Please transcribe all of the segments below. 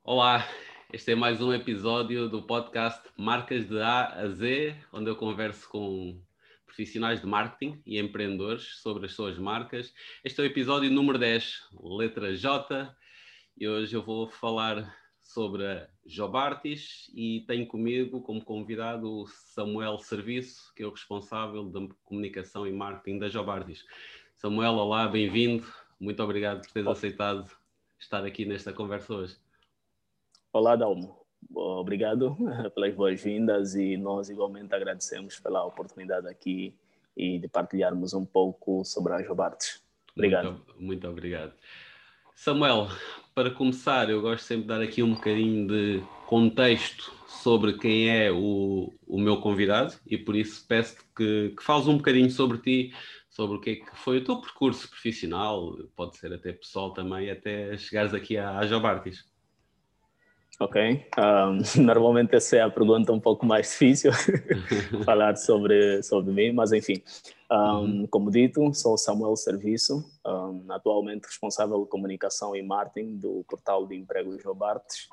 Olá, este é mais um episódio do podcast Marcas de A a Z, onde eu converso com profissionais de marketing e empreendedores sobre as suas marcas. Este é o episódio número 10, letra J, e hoje eu vou falar sobre a Jobartis e tenho comigo como convidado o Samuel Serviço, que é o responsável da comunicação e marketing da Jobartis. Samuel, olá, bem-vindo. Muito obrigado por teres aceitado estar aqui nesta conversa hoje. Olá, Dalmo. Obrigado pelas boas-vindas e nós igualmente agradecemos pela oportunidade aqui e de partilharmos um pouco sobre a Jobartis. Obrigado. Muito obrigado. Samuel, para começar, eu gosto sempre de dar aqui um bocadinho de contexto sobre quem é o meu convidado e por isso peço-te que fales um bocadinho sobre ti, sobre o que é que foi o teu percurso profissional, pode ser até pessoal também, até chegares aqui à Jobartis. Ok. Normalmente essa é a pergunta um pouco mais difícil, falar sobre mim, mas enfim. Como dito, sou Samuel Serviço, atualmente responsável de comunicação e marketing do portal de emprego Jobartis.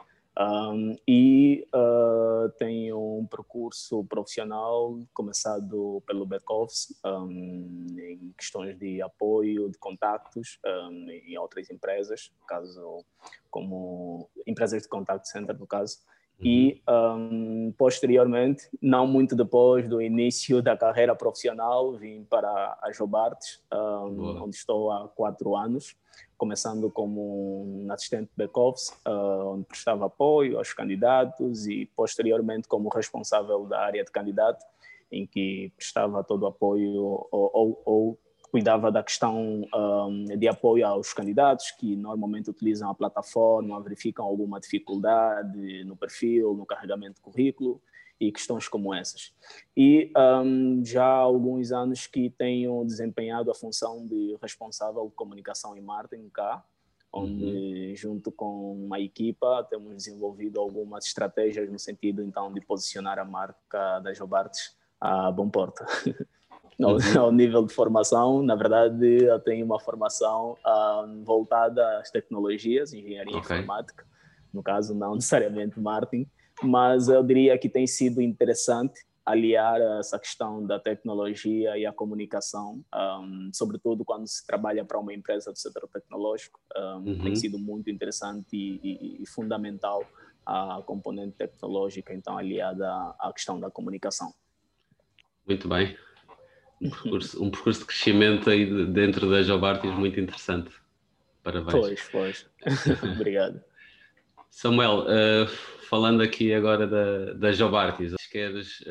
Tenho um percurso profissional começado pelo back-office, em questões de apoio, de contactos em outras empresas, caso como empresas de contact center, no caso. E, posteriormente, não muito depois do início da carreira profissional, vim para a Jobartis, onde estou há 4 anos, começando como um assistente back-office, onde prestava apoio aos candidatos e, posteriormente, como responsável da área de candidato, em que prestava todo o apoio ou cuidava da questão de apoio aos candidatos que normalmente utilizam a plataforma, verificam alguma dificuldade no perfil, no carregamento de currículo e questões como essas. E já há alguns anos que tenho desempenhado a função de responsável de comunicação e marketing cá, onde junto com uma equipa temos desenvolvido algumas estratégias no sentido então de posicionar a marca da Jobartis a bom porto. Ao nível de formação, na verdade, eu tenho uma formação voltada às tecnologias, engenharia informática, no caso, não necessariamente marketing, mas eu diria que tem sido interessante aliar essa questão da tecnologia e a comunicação, sobretudo quando se trabalha para uma empresa do setor tecnológico. Tem sido muito interessante e fundamental a componente tecnológica, então, aliada à questão da comunicação. Muito bem. Um percurso de crescimento aí dentro da Jobartis muito interessante. Parabéns. Pois. Obrigado. Samuel, falando aqui agora da Jobartis, queres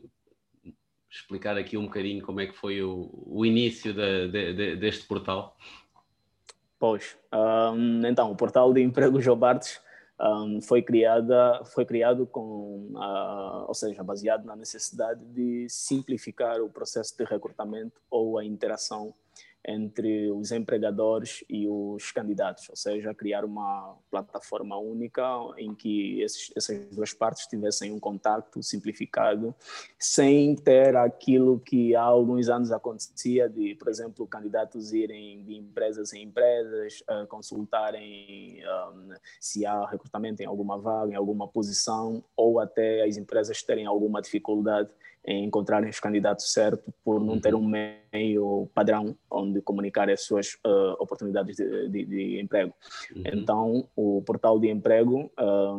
explicar aqui um bocadinho como é que foi o início deste portal? Pois. Então, o portal de emprego Jobartis foi criado com, ou seja, baseado na necessidade de simplificar o processo de recrutamento ou a interação entre os empregadores e os candidatos, ou seja, criar uma plataforma única em que essas duas partes tivessem um contacto simplificado, sem ter aquilo que há alguns anos acontecia de, por exemplo, candidatos irem de empresas em empresas, consultarem se há recrutamento em alguma vaga, em alguma posição, ou até as empresas terem alguma dificuldade em encontrarem os candidatos certos por não ter um meio padrão onde comunicar as suas oportunidades de emprego. Então, o portal de emprego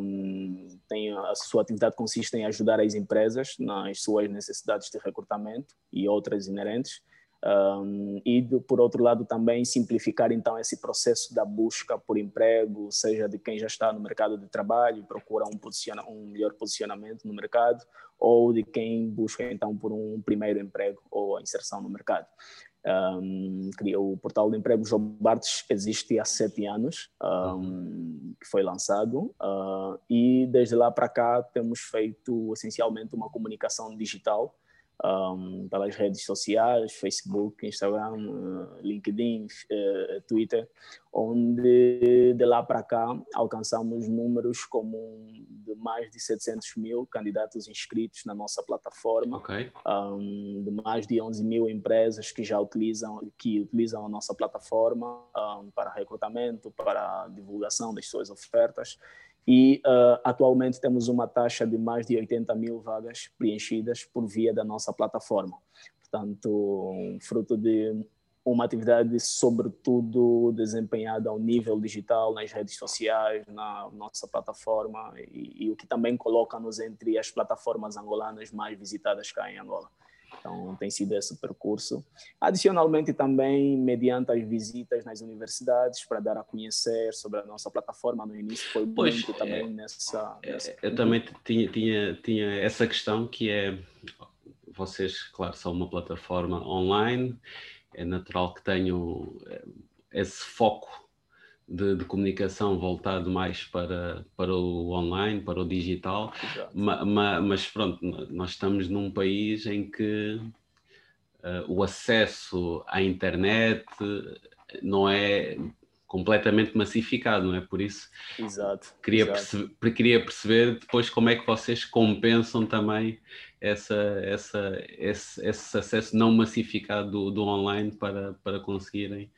a sua atividade consiste em ajudar as empresas nas suas necessidades de recrutamento e outras inerentes, por outro lado também simplificar então esse processo da busca por emprego, seja de quem já está no mercado de trabalho e procura um melhor posicionamento no mercado, ou de quem busca então por um primeiro emprego ou a inserção no mercado. O portal de emprego Jobartis existe há 7 anos, que foi lançado, e desde lá para cá temos feito essencialmente uma comunicação digital pelas redes sociais, Facebook, Instagram, LinkedIn, Twitter, onde de lá para cá alcançamos números como de mais de 700 mil candidatos inscritos na nossa plataforma, de mais de 11 mil empresas que utilizam a nossa plataforma para recrutamento, para divulgação das suas ofertas. e atualmente temos uma taxa de mais de 80 mil vagas preenchidas por via da nossa plataforma. Portanto, fruto de uma atividade, sobretudo, desempenhada ao nível digital, nas redes sociais, na nossa plataforma, e o que também coloca-nos entre as plataformas angolanas mais visitadas cá em Angola. Então, tem sido esse o percurso. Adicionalmente, também, mediante as visitas nas universidades, para dar a conhecer sobre a nossa plataforma, no início foi muito também nessa... Eu também tinha essa questão, que é, vocês, claro, são uma plataforma online, é natural que tenham esse foco de comunicação voltado mais para o online, para o digital, mas pronto, nós estamos num país em que o acesso à internet não é completamente massificado, não é? Por isso, queria perceber depois como é que vocês compensam também esse acesso não massificado do online para conseguirem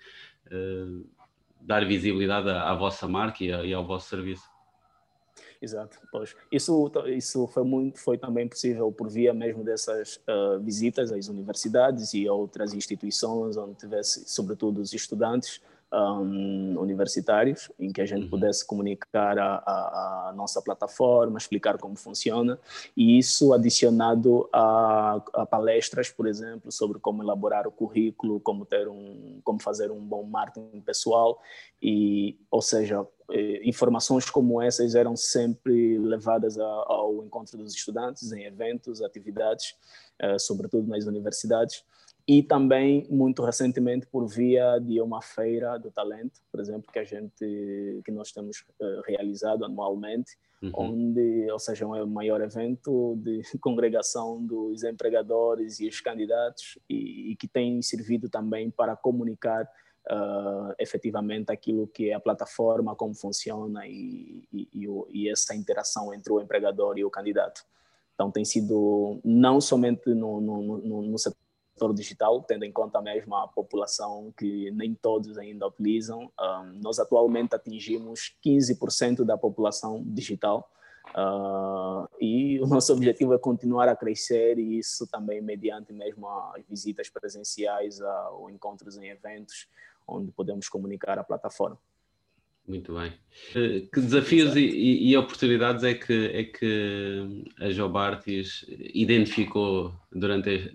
dar visibilidade à vossa marca e ao vosso serviço. Exato, pois. Isso foi também possível por via mesmo dessas visitas às universidades e a outras instituições onde tivesse, sobretudo, os estudantes universitários, em que a gente pudesse comunicar a nossa plataforma, explicar como funciona, e isso adicionado a palestras, por exemplo, sobre como elaborar o currículo, como fazer um bom marketing pessoal, ou seja, informações como essas eram sempre levadas ao encontro dos estudantes, em eventos, atividades, sobretudo nas universidades, e também, muito recentemente, por via de uma feira do talento, por exemplo, que nós temos realizado anualmente, onde, ou seja, é um maior evento de congregação dos empregadores e os candidatos, e que tem servido também para comunicar efetivamente aquilo que é a plataforma, como funciona e essa interação entre o empregador e o candidato. Então, tem sido não somente no setor digital, tendo em conta mesmo a população que nem todos ainda utilizam. Nós atualmente atingimos 15% da população digital, e o nosso objetivo é continuar a crescer, e isso também mediante mesmo as visitas presenciais ou encontros em eventos, onde podemos comunicar a plataforma. Muito bem. Que desafios e oportunidades é que a Jobartis identificou durante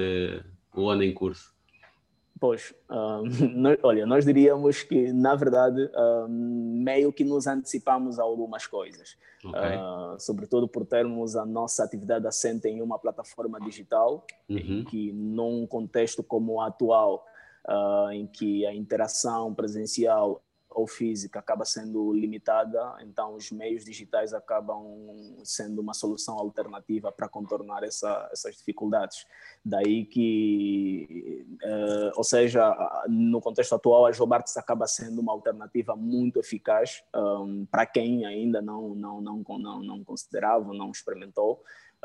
o ano em curso? Pois, nós diríamos que, na verdade, meio que nos antecipamos a algumas coisas. Okay. Sobretudo por termos a nossa atividade assente em uma plataforma digital, em que, num contexto como o atual, em que a interação presencial ou física acaba sendo limitada, então os meios digitais acabam sendo uma solução alternativa para contornar essas dificuldades. Daí que, ou seja, no contexto atual, a Jobartis acaba sendo uma alternativa muito eficaz para quem ainda não considerava, não experimentou,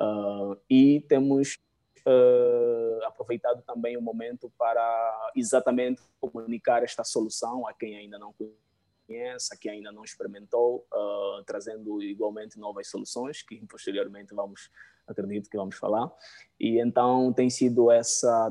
e temos aproveitado também o momento para exatamente comunicar esta solução a quem ainda não conhece, a quem ainda não experimentou, trazendo igualmente novas soluções que posteriormente acredito que vamos falar. E então tem sido essa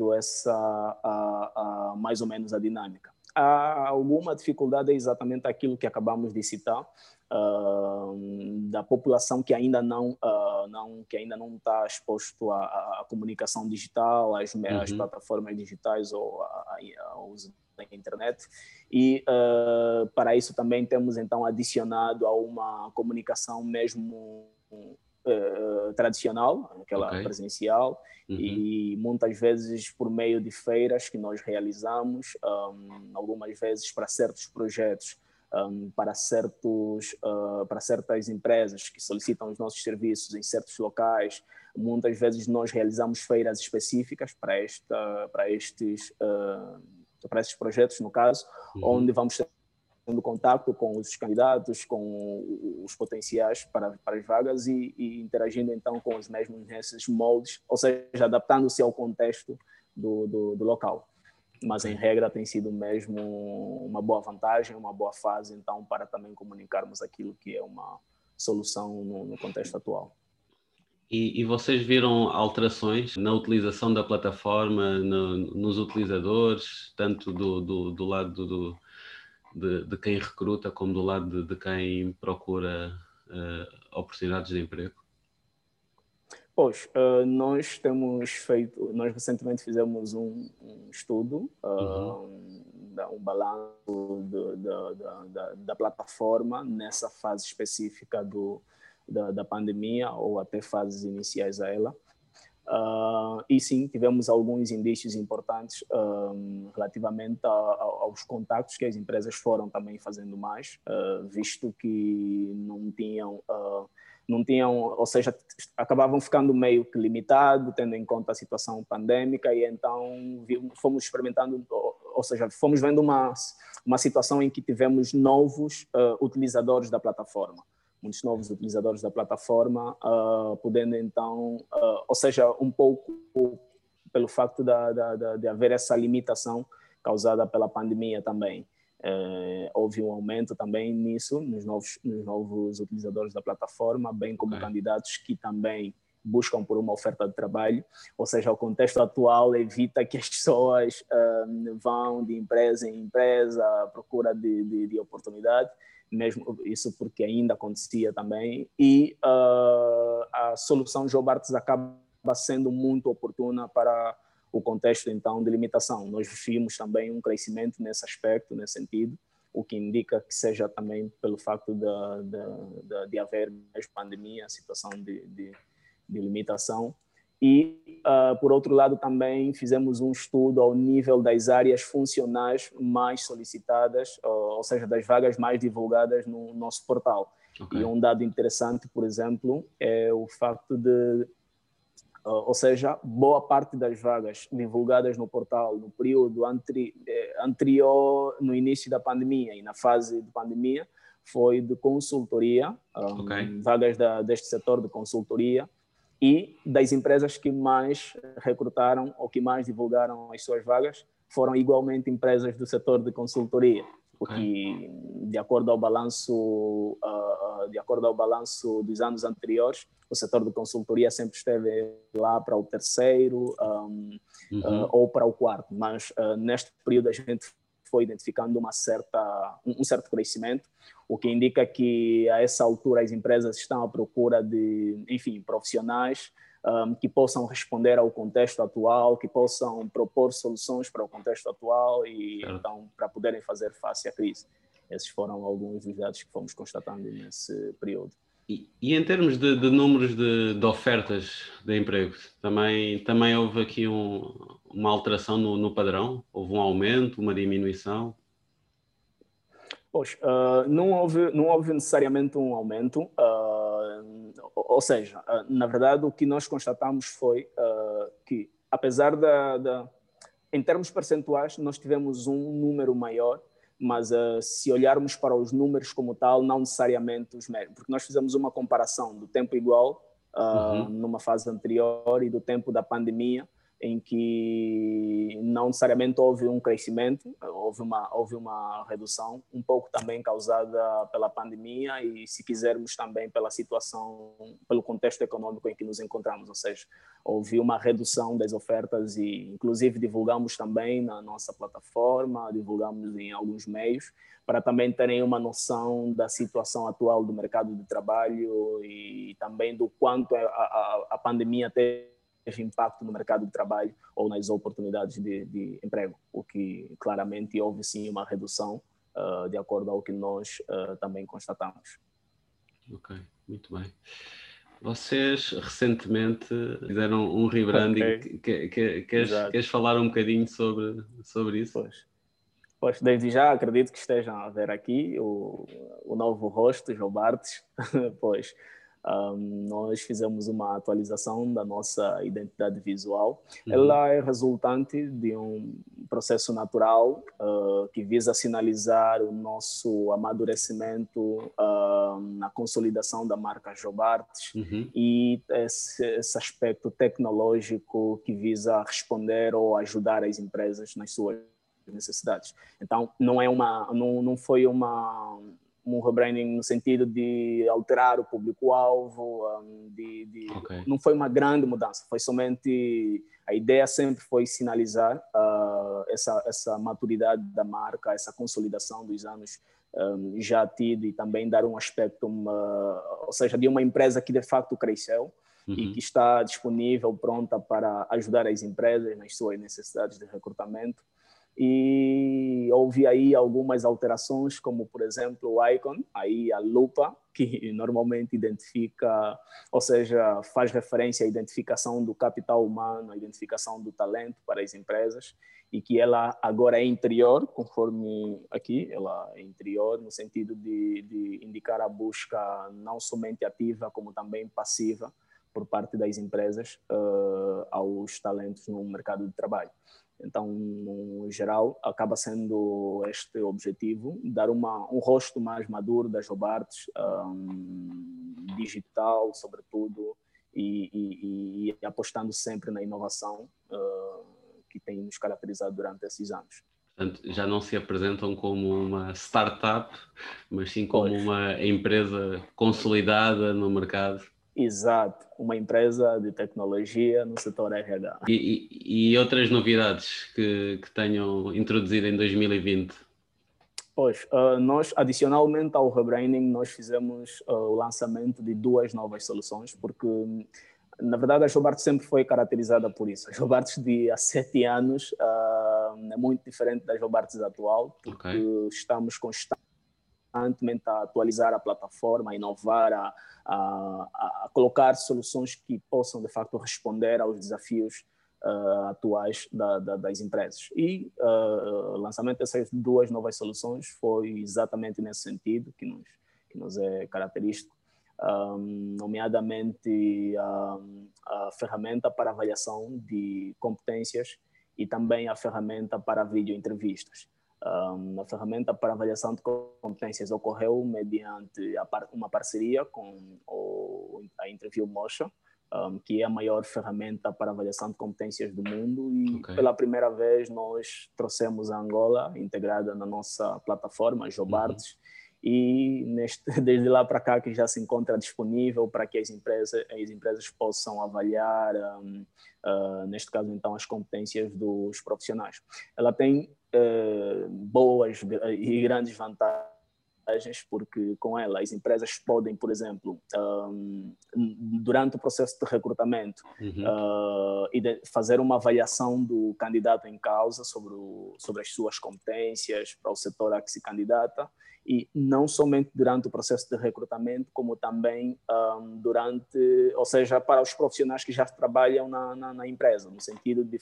mais ou menos a dinâmica. Há alguma dificuldade, é exatamente aquilo que acabamos de citar, da população que ainda não está exposto à comunicação digital, às plataformas digitais ou ao uso da internet, e para isso também temos então adicionado a uma comunicação mesmo tradicional, aquela presencial, e muitas vezes por meio de feiras que nós realizamos, algumas vezes para certos projetos, para certas empresas que solicitam os nossos serviços em certos locais. Muitas vezes nós realizamos feiras específicas para esses projetos, no caso, onde vamos tendo contato com os candidatos, com os potenciais para as vagas e interagindo então com os mesmos nesses moldes, ou seja, adaptando-se ao contexto do local. mas em regra tem sido mesmo uma boa vantagem, uma boa fase, então, para também comunicarmos aquilo que é uma solução no contexto atual. E vocês viram alterações na utilização da plataforma, nos utilizadores, tanto do lado de quem recruta como do lado de quem procura oportunidades de emprego? Pois, nós recentemente fizemos um estudo, um balanço da plataforma nessa fase específica da pandemia ou até fases iniciais a ela. E sim, tivemos alguns indícios importantes relativamente aos contactos que as empresas foram também fazendo mais, visto que não tinham, ou seja, acabavam ficando meio que limitado, tendo em conta a situação pandêmica, e então fomos experimentando, ou seja, fomos vendo uma situação em que tivemos novos utilizadores da plataforma. Muitos novos utilizadores da plataforma, podendo então, ou seja, um pouco pelo facto de haver essa limitação causada pela pandemia também. Houve um aumento também nisso, nos novos utilizadores da plataforma, bem como candidatos que também buscam por uma oferta de trabalho, ou seja, o contexto atual evita que as pessoas vão de empresa em empresa à procura de oportunidade, mesmo isso porque ainda acontecia também, e a solução Jobartes acaba sendo muito oportuna para o contexto, então, de limitação. Nós vimos também um crescimento nesse aspecto, nesse sentido, o que indica que seja também pelo facto de haver mais pandemia, a situação de limitação. E, por outro lado, também fizemos um estudo ao nível das áreas funcionais mais solicitadas, ou seja, das vagas mais divulgadas no nosso portal. Okay. E um dado interessante, por exemplo, é o facto de, ou seja, boa parte das vagas divulgadas no portal no período anterior, no início da pandemia e na fase de pandemia, foi de consultoria, vagas deste setor de consultoria, e das empresas que mais recrutaram ou que mais divulgaram as suas vagas foram igualmente empresas do setor de consultoria, o que, de acordo ao balanço dos anos anteriores, o setor de consultoria sempre esteve lá para o terceiro ou para o quarto, mas neste período a gente foi identificando um certo crescimento, o que indica que a essa altura as empresas estão à procura de, enfim, profissionais que possam responder ao contexto atual, que possam propor soluções para o contexto atual e, então, para poderem fazer face à crise. Esses foram alguns dos dados que fomos constatando nesse período. E em termos de números de ofertas de emprego, também houve aqui uma alteração no padrão? Houve um aumento, uma diminuição? Pois, não houve necessariamente um aumento, ou seja, na verdade o que nós constatamos foi que, apesar em termos percentuais, nós tivemos um número maior, mas se olharmos para os números como tal, não necessariamente os mesmos, porque nós fizemos uma comparação do tempo igual numa fase anterior e do tempo da pandemia, em que não necessariamente houve um crescimento, houve uma redução, um pouco também causada pela pandemia e, se quisermos, também pela situação, pelo contexto econômico em que nos encontramos, ou seja, houve uma redução das ofertas e, inclusive, divulgamos também na nossa plataforma, divulgamos em alguns meios, para também terem uma noção da situação atual do mercado de trabalho e também do quanto a pandemia teve impacto no mercado de trabalho ou nas oportunidades de emprego, o que claramente houve sim uma redução de acordo ao que nós também constatamos. Ok, muito bem. Vocês recentemente fizeram um rebranding. Queres falar um bocadinho sobre isso? Pois, desde já acredito que estejam a ver aqui o novo rosto, Jobartes, pois Nós fizemos uma atualização da nossa identidade visual. Ela é resultante de um processo natural que visa sinalizar o nosso amadurecimento na consolidação da marca Jobartes e esse aspecto tecnológico que visa responder ou ajudar as empresas nas suas necessidades. Então, não foi um rebranding no sentido de alterar o público-alvo, não foi uma grande mudança, foi somente, a ideia sempre foi sinalizar essa maturidade da marca, essa consolidação dos anos já tido e também dar um aspecto, ou seja, de uma empresa que de facto cresceu e que está disponível, pronta para ajudar as empresas nas suas necessidades de recrutamento. E houve aí algumas alterações, como, por exemplo, o icon, aí a lupa, que normalmente identifica, ou seja, faz referência à identificação do capital humano, à identificação do talento para as empresas, e que ela agora é interior, conforme aqui, ela é interior no sentido de indicar a busca não somente ativa, como também passiva, por parte das empresas aos talentos no mercado de trabalho. Então, no geral, acaba sendo este objetivo, dar um rosto mais maduro das Jobartes, digital, sobretudo, e apostando sempre na inovação que tem nos caracterizado durante esses anos. Portanto, já não se apresentam como uma startup, mas sim como uma empresa consolidada no mercado. Exato, uma empresa de tecnologia no setor RH. E outras novidades que tenham introduzido em 2020? Pois, nós, adicionalmente ao rebranding, nós fizemos o lançamento de 2 novas soluções, porque, na verdade, a Jobartes sempre foi caracterizada por isso. A Jobartes de há 7 anos é muito diferente da Jobartes atual, porque estamos constantemente a atualizar a plataforma, a inovar, a colocar soluções que possam, de facto, responder aos desafios atuais das empresas. E o lançamento dessas 2 novas soluções foi exatamente nesse sentido que nos é característico, nomeadamente a ferramenta para avaliação de competências e também a ferramenta para videoentrevistas. A ferramenta para avaliação de competências ocorreu mediante uma parceria com a Interview Motion, que é a maior ferramenta para avaliação de competências do mundo, e pela primeira vez nós trouxemos a Angola integrada na nossa plataforma Jobartes, e desde lá para cá que já se encontra disponível para que as empresas possam avaliar, neste caso então, as competências dos profissionais. Ela tem boas e grandes vantagens, porque com ela as empresas podem, por exemplo, durante o processo de recrutamento, fazer uma avaliação do candidato em causa sobre as suas competências para o setor a que se candidata, e não somente durante o processo de recrutamento, como também ou seja, para os profissionais que já trabalham na empresa, no sentido de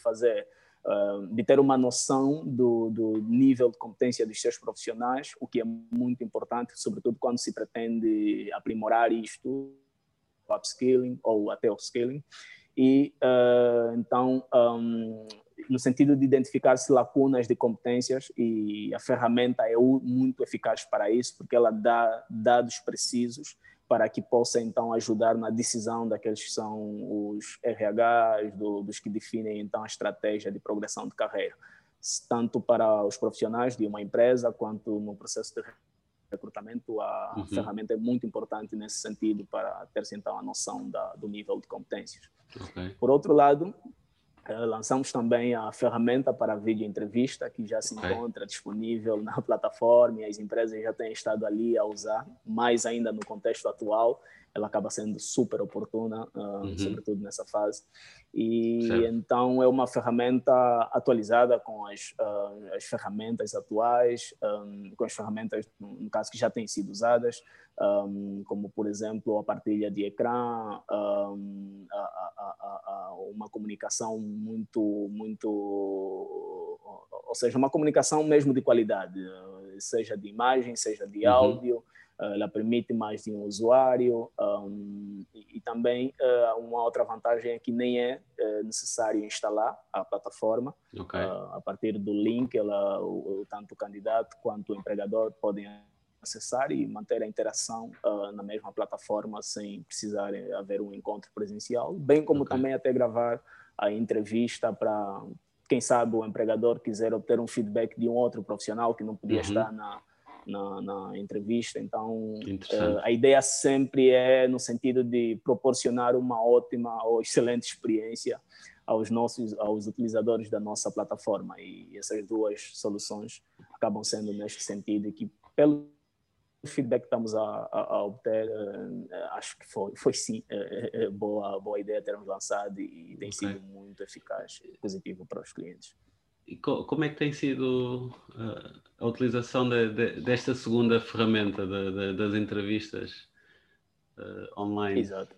de ter uma noção do nível de competência dos seus profissionais, o que é muito importante, sobretudo quando se pretende aprimorar isto, upskilling ou até upskilling. E, então, no sentido de identificar-se lacunas de competências, e a ferramenta é muito eficaz para isso, porque ela dá dados precisos para que possa, então, ajudar na decisão daqueles que são os RHs, dos que definem, então, a estratégia de progressão de carreira, tanto para os profissionais de uma empresa, quanto no processo de recrutamento. A ferramenta é muito importante nesse sentido, para ter-se, então, a noção do nível de competências. Por outro lado, lançamos também a ferramenta para videoentrevista, que já se encontra disponível na plataforma, e as empresas já têm estado ali a usar, mais ainda no contexto atual. Ela acaba sendo super oportuna, sobretudo nessa fase. E então é uma ferramenta atualizada com as ferramentas atuais, com as ferramentas, no caso, que já têm sido usadas, como, por exemplo, a partilha de ecrã, uma comunicação ou seja, uma comunicação mesmo de qualidade, seja de imagem, seja de áudio, ela permite mais de um usuário, e também uma outra vantagem é que nem é necessário instalar a plataforma. Okay. A partir do link, tanto o candidato quanto o empregador podem acessar e manter a interação na mesma plataforma sem precisar haver um encontro presencial, bem como também até gravar a entrevista para, quem sabe, o empregador quiser obter um feedback de um outro profissional que não podia estar na entrevista. Então, a ideia sempre é no sentido de proporcionar uma ótima ou excelente experiência aos utilizadores da nossa plataforma, e essas duas soluções acabam sendo neste sentido, que pelo feedback que estamos a obter, acho que foi sim boa ideia termos lançado, e tem sido muito eficaz e positivo para os clientes. E como é que tem sido a utilização desta segunda ferramenta das entrevistas online? Exato.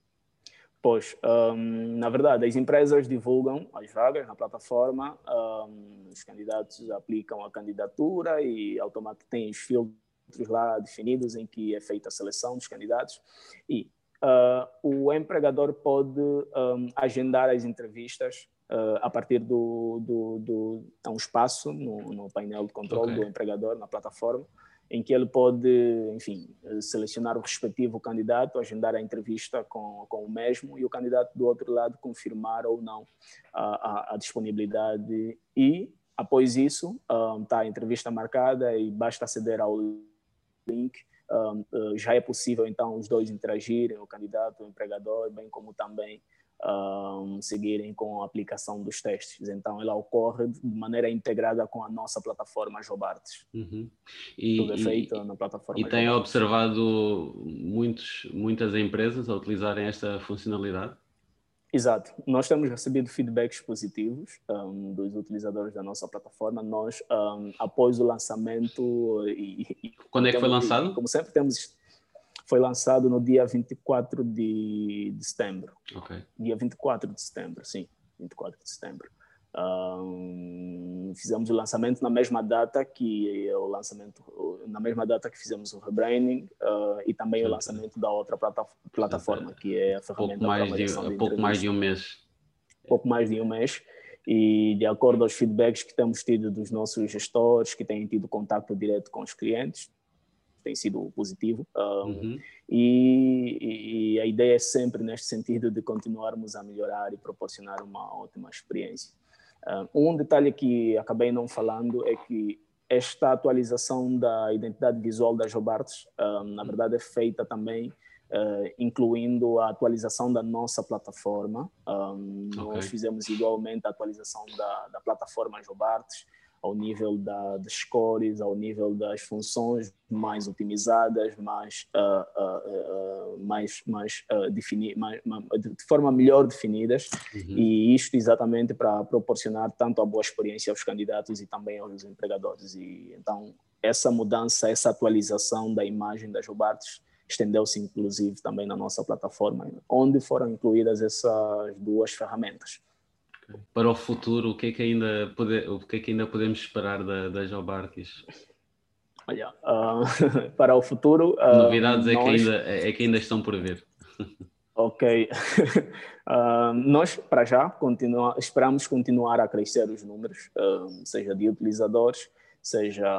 Pois, na verdade, as empresas divulgam as vagas na plataforma, os candidatos aplicam a candidatura e automaticamente tem os filtros lá definidos em que é feita a seleção dos candidatos, e o empregador pode agendar as entrevistas a partir de um espaço no painel de controle do empregador na plataforma, em que ele pode, enfim, selecionar o respectivo candidato, agendar a entrevista com o mesmo, e o candidato do outro lado confirmar ou não a disponibilidade, e após isso está a entrevista marcada e basta aceder ao link. Já é possível então os dois interagirem, o candidato, o empregador, bem como também seguirem com a aplicação dos testes. Então ela ocorre de maneira integrada com a nossa plataforma Jobartes. Tudo é feito na plataforma Jobartes. E tem Jobartes. observado muitas empresas a utilizarem esta funcionalidade? Exato. Nós temos recebido feedbacks positivos dos utilizadores da nossa plataforma. Nós, após o lançamento... Quando é que foi lançado? Como sempre, foi lançado no dia 24 de setembro. Dia 24 de setembro, sim. 24 de setembro. Fizemos o lançamento na mesma data que fizemos o rebranding, e também o lançamento da outra plataforma, que é a ferramenta para avaliação de entrevista. Pouco mais de um mês. Pouco mais de um mês. E de acordo aos feedbacks que temos tido dos nossos gestores, que têm tido contato direto com os clientes, tem sido positivo. E a ideia é sempre neste sentido de continuarmos a melhorar e proporcionar uma ótima experiência. Um detalhe que acabei não falando é que esta atualização da identidade visual da Jobartes, na verdade, é feita também incluindo a atualização da nossa plataforma. Nós fizemos igualmente a atualização da plataforma Jobartes, ao nível das scores, ao nível das funções mais otimizadas, de forma melhor definidas, e isto exatamente para proporcionar tanto a boa experiência aos candidatos e também aos empregadores. E então essa mudança, essa atualização da imagem da Jobartes estendeu-se inclusive também na nossa plataforma, onde foram incluídas essas duas ferramentas. Para o futuro, o que é que ainda podemos esperar da Jobartes? Olha, para o futuro... Novidades é que ainda estão por vir. Ok. Nós, para já, esperamos continuar a crescer os números, seja de utilizadores, seja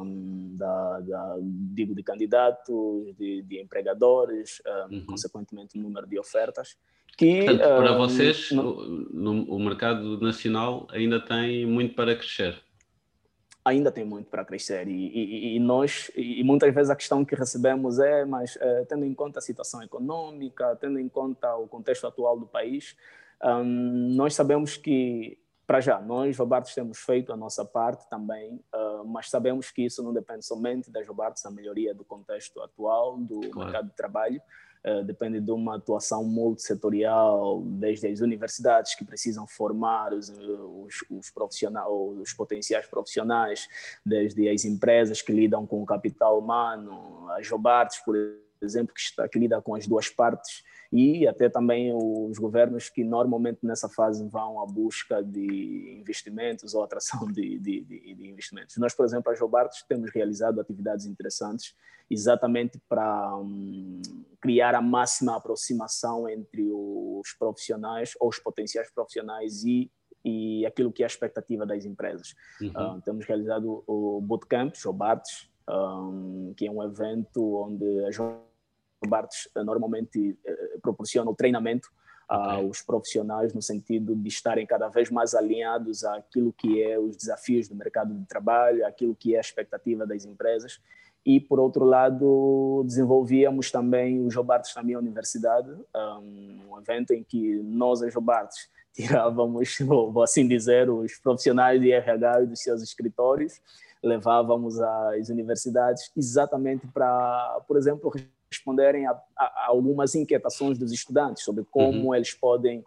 de candidatos, de empregadores, consequentemente o número de ofertas. Portanto, para vocês, o mercado nacional ainda tem muito para crescer. Ainda tem muito para crescer, e muitas vezes a questão que recebemos é, mas tendo em conta a situação econômica, tendo em conta o contexto atual do país, nós sabemos que, para já, nós, Jobartes, temos feito a nossa parte também, mas sabemos que isso não depende somente da Jobartes, a melhoria do contexto atual do mercado de trabalho. Depende de uma atuação multissetorial, desde as universidades que precisam formar os potenciais profissionais, desde as empresas que lidam com o capital humano, as Jobartes, por exemplo, que lida com as duas partes, e até também os governos que normalmente nessa fase vão à busca de investimentos ou atração de investimentos. Nós, por exemplo, a Jobartes, temos realizado atividades interessantes exatamente para criar a máxima aproximação entre os profissionais ou os potenciais profissionais e aquilo que é a expectativa das empresas. Temos realizado o Bootcamp Jobartes, que é um evento onde a Jobartes normalmente proporciona o treinamento aos profissionais no sentido de estarem cada vez mais alinhados àquilo que é os desafios do mercado de trabalho, àquilo que é a expectativa das empresas. E, por outro lado, desenvolvíamos também o Jobartes na minha universidade, um evento em que nós, a Jobartes, tirávamos, vou assim dizer, os profissionais de RH dos seus escritórios, levávamos às universidades exatamente para, por exemplo, responderem a algumas inquietações dos estudantes sobre como eles podem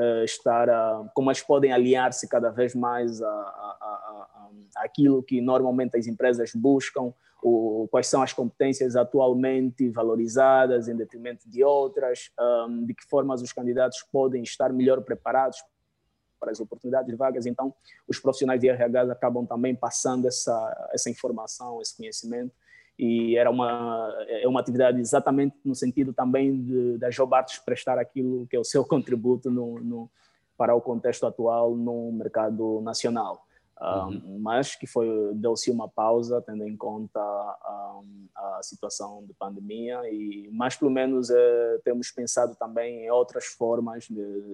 como eles podem aliar-se cada vez mais àquilo que normalmente as empresas buscam, quais são as competências atualmente valorizadas em detrimento de outras, de que formas os candidatos podem estar melhor preparados para as oportunidades de vagas. Então, os profissionais de RH acabam também passando essa informação, esse conhecimento, e é uma atividade exatamente no sentido também da Jobartes prestar aquilo que é o seu contributo para o contexto atual no mercado nacional. Mas que deu-se uma pausa, tendo em conta a situação de pandemia, mas pelo menos temos pensado também em outras formas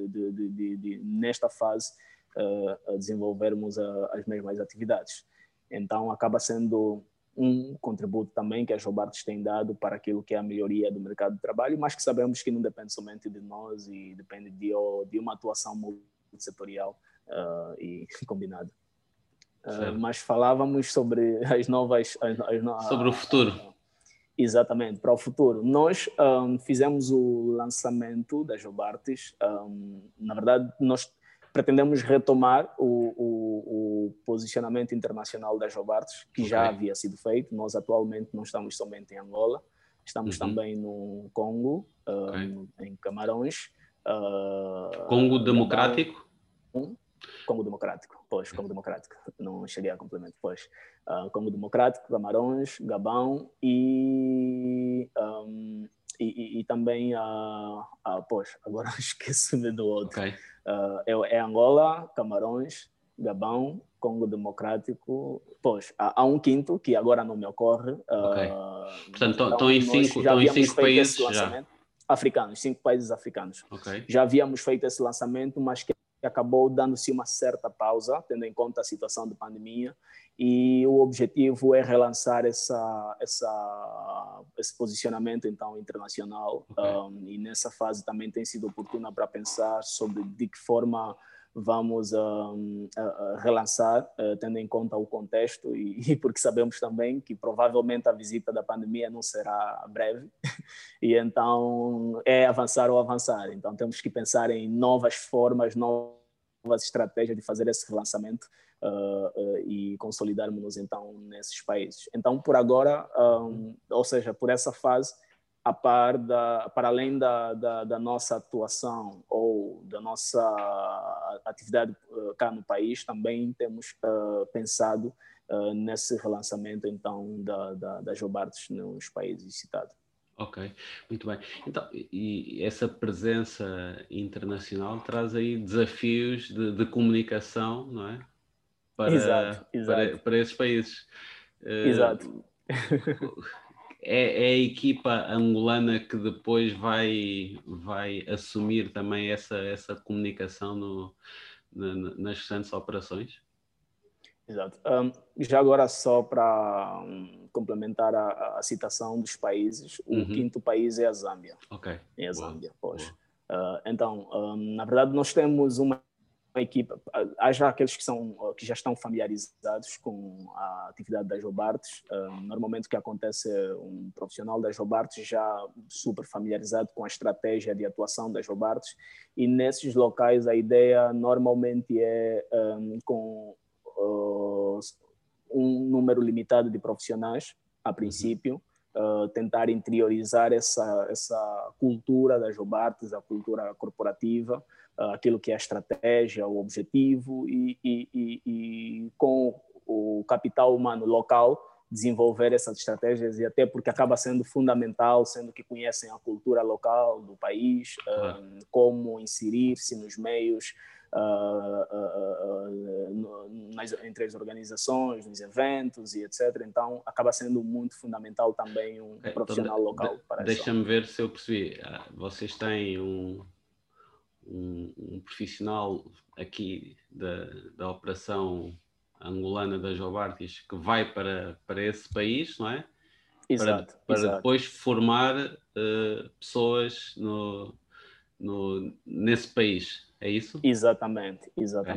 nesta fase, desenvolvermos as mesmas atividades. Então, acaba sendo um contributo também que a Jobartes tem dado para aquilo que é a melhoria do mercado de trabalho, mas que sabemos que não depende somente de nós e depende de uma atuação multissetorial e combinada. Mas falávamos sobre as novas... Sobre o futuro. Exatamente, para o futuro. Nós fizemos o lançamento da Jobartes. Na verdade, nós pretendemos retomar o posicionamento internacional da Jobartes, que já havia sido feito. Nós atualmente não estamos somente em Angola, estamos também no Congo, em Camarões. Congo Democrático? Congo Democrático, Congo Democrático, não cheguei a complemento, Congo Democrático, Camarões, Gabão e também agora esqueço-me do outro. É Angola, Camarões, Gabão, Congo Democrático, há um quinto que agora não me ocorre. Portanto, estão em cinco países já. Africanos, 5 países africanos. Já havíamos feito esse lançamento, mas que acabou dando-se uma certa pausa, tendo em conta a situação de pandemia, e o objetivo é relançar esse posicionamento então internacional, e nessa fase também tem sido oportuna para pensar sobre de que forma vamos relançar, tendo em conta o contexto e porque sabemos também que provavelmente a visita da pandemia não será breve, e então é avançar ou avançar. Então temos que pensar em novas formas, novas estratégias de fazer esse relançamento e consolidarmos-nos então nesses países. Então por agora, ou seja, por essa fase, para além da nossa atuação ou da nossa atividade cá no país, também temos pensado nesse relançamento então da Jobartes nos países citados. Ok, muito bem. Então, e essa presença internacional traz aí desafios de comunicação, não é? Exato. Para esses países. Exato. É a equipa angolana que depois vai assumir também essa comunicação nas restantes operações? Exato. Já agora, só para complementar a citação dos países, o quinto país é a Zâmbia. É a Zâmbia, então, na verdade, nós temos uma equipa, há já aqueles que já estão familiarizados com a atividade da Jobartes. Normalmente o que acontece é um profissional da Jobartes já super familiarizado com a estratégia de atuação da Jobartes, e nesses locais a ideia normalmente é com um número limitado de profissionais, a princípio, tentar interiorizar essa cultura das Jobartes, a cultura corporativa, aquilo que é a estratégia, o objetivo, e com o capital humano local, desenvolver essas estratégias, e até porque acaba sendo fundamental, sendo que conhecem a cultura local do país, como inserir-se nos meios, entre as organizações, nos eventos e etc. Então, acaba sendo muito fundamental também um profissional então, local para isso. Deixa-me ver se eu percebi. Vocês têm um profissional aqui da operação angolana da Jobartes que vai para esse país, não é? Exato. Para depois formar pessoas nesse país, é isso? Exatamente.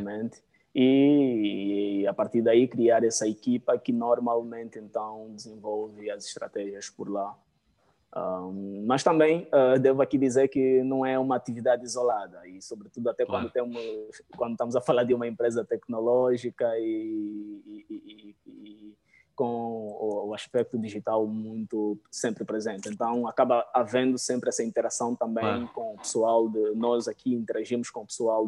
E a partir daí criar essa equipa que normalmente então desenvolve as estratégias por lá. Mas também devo aqui dizer que não é uma atividade isolada, e sobretudo até quando estamos a falar de uma empresa tecnológica e com o aspecto digital muito sempre presente. Então acaba havendo sempre essa interação também com o pessoal nós aqui interagimos com o pessoal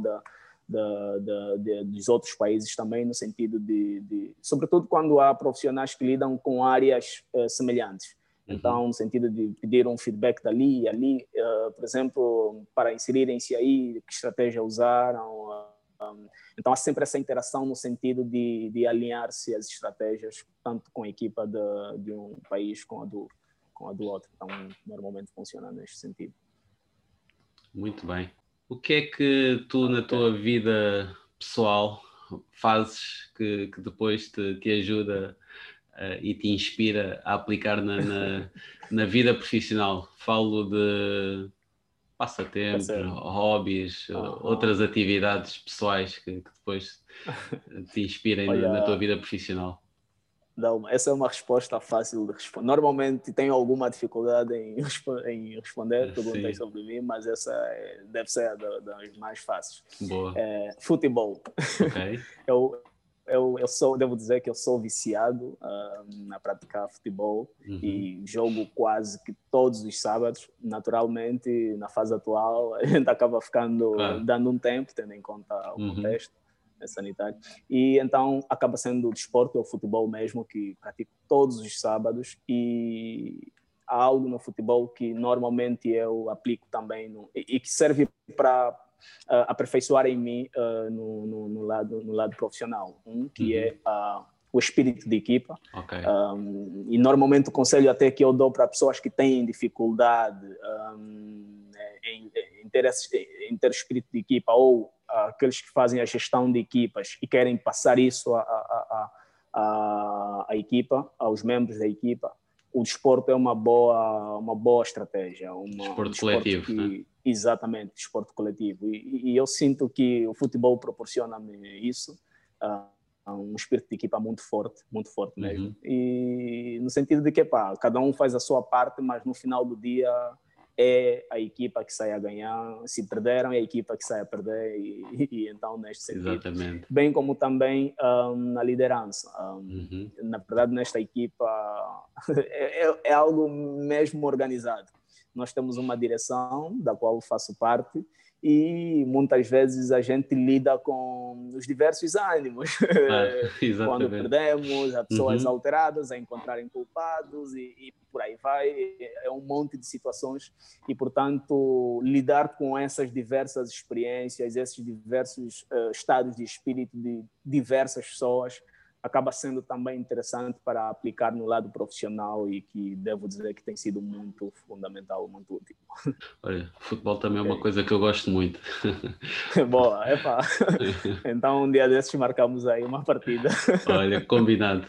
dos outros países também, no sentido sobretudo quando há profissionais que lidam com áreas semelhantes. Então, no sentido de pedir um feedback dali e ali, por exemplo, para inserirem-se aí, que estratégia usaram. Então, há sempre essa interação no sentido de alinhar-se as estratégias, tanto com a equipa de um país com a do outro. Então, normalmente funciona neste sentido. Muito bem. O que é que tu, na tua vida pessoal, fazes que depois te ajuda e te inspira a aplicar na vida profissional? Falo de passatempos, hobbies, outras atividades pessoais que depois te inspirem na tua vida profissional. Não, essa é uma resposta fácil de responder. Normalmente tenho alguma dificuldade em responder perguntas sobre mim, mas essa deve ser a das mais fáceis. Boa. Futebol. Ok. Devo dizer que eu sou viciado a praticar futebol e jogo quase que todos os sábados. Naturalmente, na fase atual, a gente acaba dando um tempo, tendo em conta o contexto sanitário. E então acaba sendo o desporto, o futebol mesmo, que pratico todos os sábados, e há algo no futebol que normalmente eu aplico também e que serve para aperfeiçoar em mim no lado profissional, que é o espírito de equipa. Okay. E normalmente o conselho até que eu dou para pessoas que têm dificuldade em ter espírito de equipa, ou aqueles que fazem a gestão de equipas e querem passar isso à equipa, aos membros da equipa, o desporto é uma boa estratégia. Desporto coletivo, né? Exatamente, desporto coletivo. E eu sinto que o futebol proporciona-me isso, um espírito de equipa muito forte mesmo. E no sentido de que cada um faz a sua parte, mas no final do dia é a equipa que sai a ganhar. Se perderam, é a equipa que sai a perder, e então neste sentido. Exatamente. Bem como também na liderança. Na verdade, nesta equipa é algo mesmo organizado. Nós temos uma direção da qual faço parte, e muitas vezes a gente lida com os diversos ânimos. Quando perdemos, há pessoas alteradas a encontrarem culpados e por aí vai. É um monte de situações e, portanto, lidar com essas diversas experiências, esses diversos estados de espírito de diversas pessoas, acaba sendo também interessante para aplicar no lado profissional, e que devo dizer que tem sido muito fundamental, muito útil. Olha, futebol também é uma coisa que eu gosto muito. Boa, então um dia desses marcamos aí uma partida. Olha, combinado.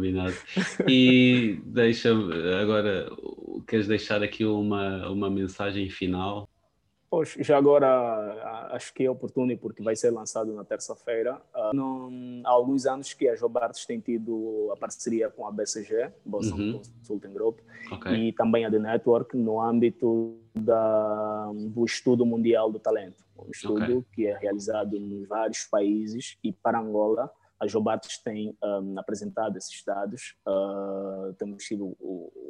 E deixa-me agora, queres deixar aqui uma mensagem final? Pois, já agora acho que é oportuno, porque vai ser lançado na terça-feira. Há alguns anos que a Jobartes tem tido a parceria com a BCG, Boston Consulting Group, e também a The Network, no âmbito do Estudo Mundial do Talento. Um estudo que é realizado em vários países, e para Angola a Jobartes tem apresentado esses dados. Temos sido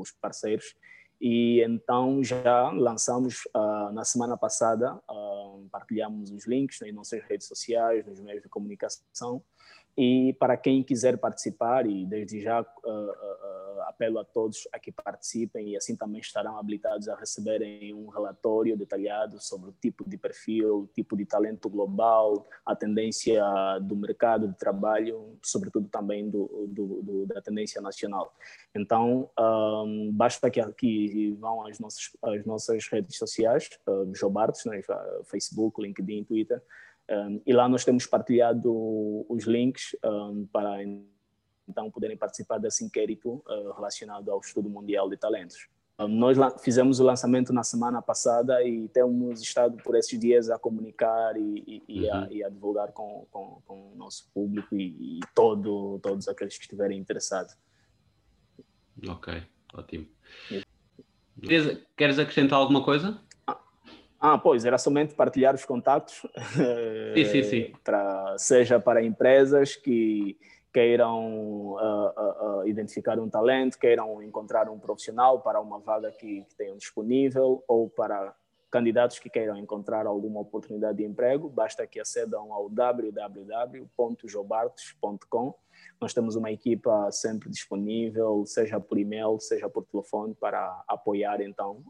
os parceiros. E então já lançamos, na semana passada, partilhamos os links nas nossas redes sociais, nos meios de comunicação. E para quem quiser participar, e desde já apelo a todos a que participem, e assim também estarão habilitados a receberem um relatório detalhado sobre o tipo de perfil, o tipo de talento global, a tendência do mercado de trabalho, sobretudo também da tendência nacional. Então, basta que vão às nossas redes sociais, Jobartes, né, Facebook, LinkedIn, Twitter, e lá nós temos partilhado os links para então poderem participar desse inquérito relacionado ao Estudo Mundial de Talentos. Nós fizemos o lançamento na semana passada e temos estado por esses dias a comunicar e a divulgar com o nosso público e todos aqueles que estiverem interessados. Ok, ótimo. Queres acrescentar alguma coisa? Pois, era somente partilhar os contactos, Sim. Seja para empresas que queiram identificar um talento, queiram encontrar um profissional para uma vaga que tenham disponível, ou para candidatos que queiram encontrar alguma oportunidade de emprego, basta que acedam ao www.jobartes.com. Nós temos uma equipa sempre disponível, seja por e-mail, seja por telefone, para apoiar então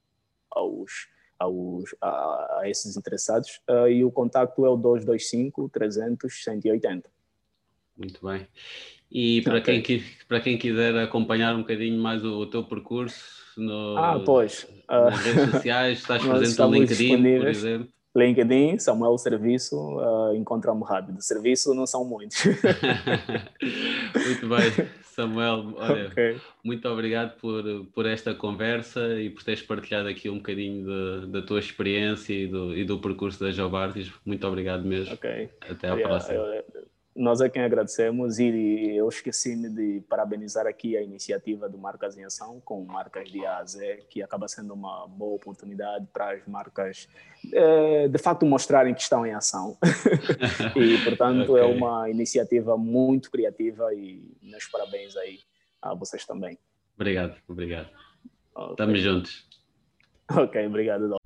a esses interessados, e o contacto é o 225 300 180. Muito bem. E para quem quiser acompanhar um bocadinho mais o teu percurso nas redes sociais, estás presente no LinkedIn, por exemplo? LinkedIn, Samuel Serviço, encontra-me rápido. Serviço não são muitos. Muito bem, Samuel, olha, muito obrigado por esta conversa e por teres partilhado aqui um bocadinho da tua experiência e do percurso da Jobartes. Muito obrigado mesmo. Até à próxima. Nós é quem agradecemos, e eu esqueci-me de parabenizar aqui a iniciativa do Marcas em Ação, com marcas de A a Z, que acaba sendo uma boa oportunidade para as marcas de facto mostrarem que estão em ação. E, portanto, é uma iniciativa muito criativa, e meus parabéns aí a vocês também. Obrigado. Estamos juntos. Ok, obrigado.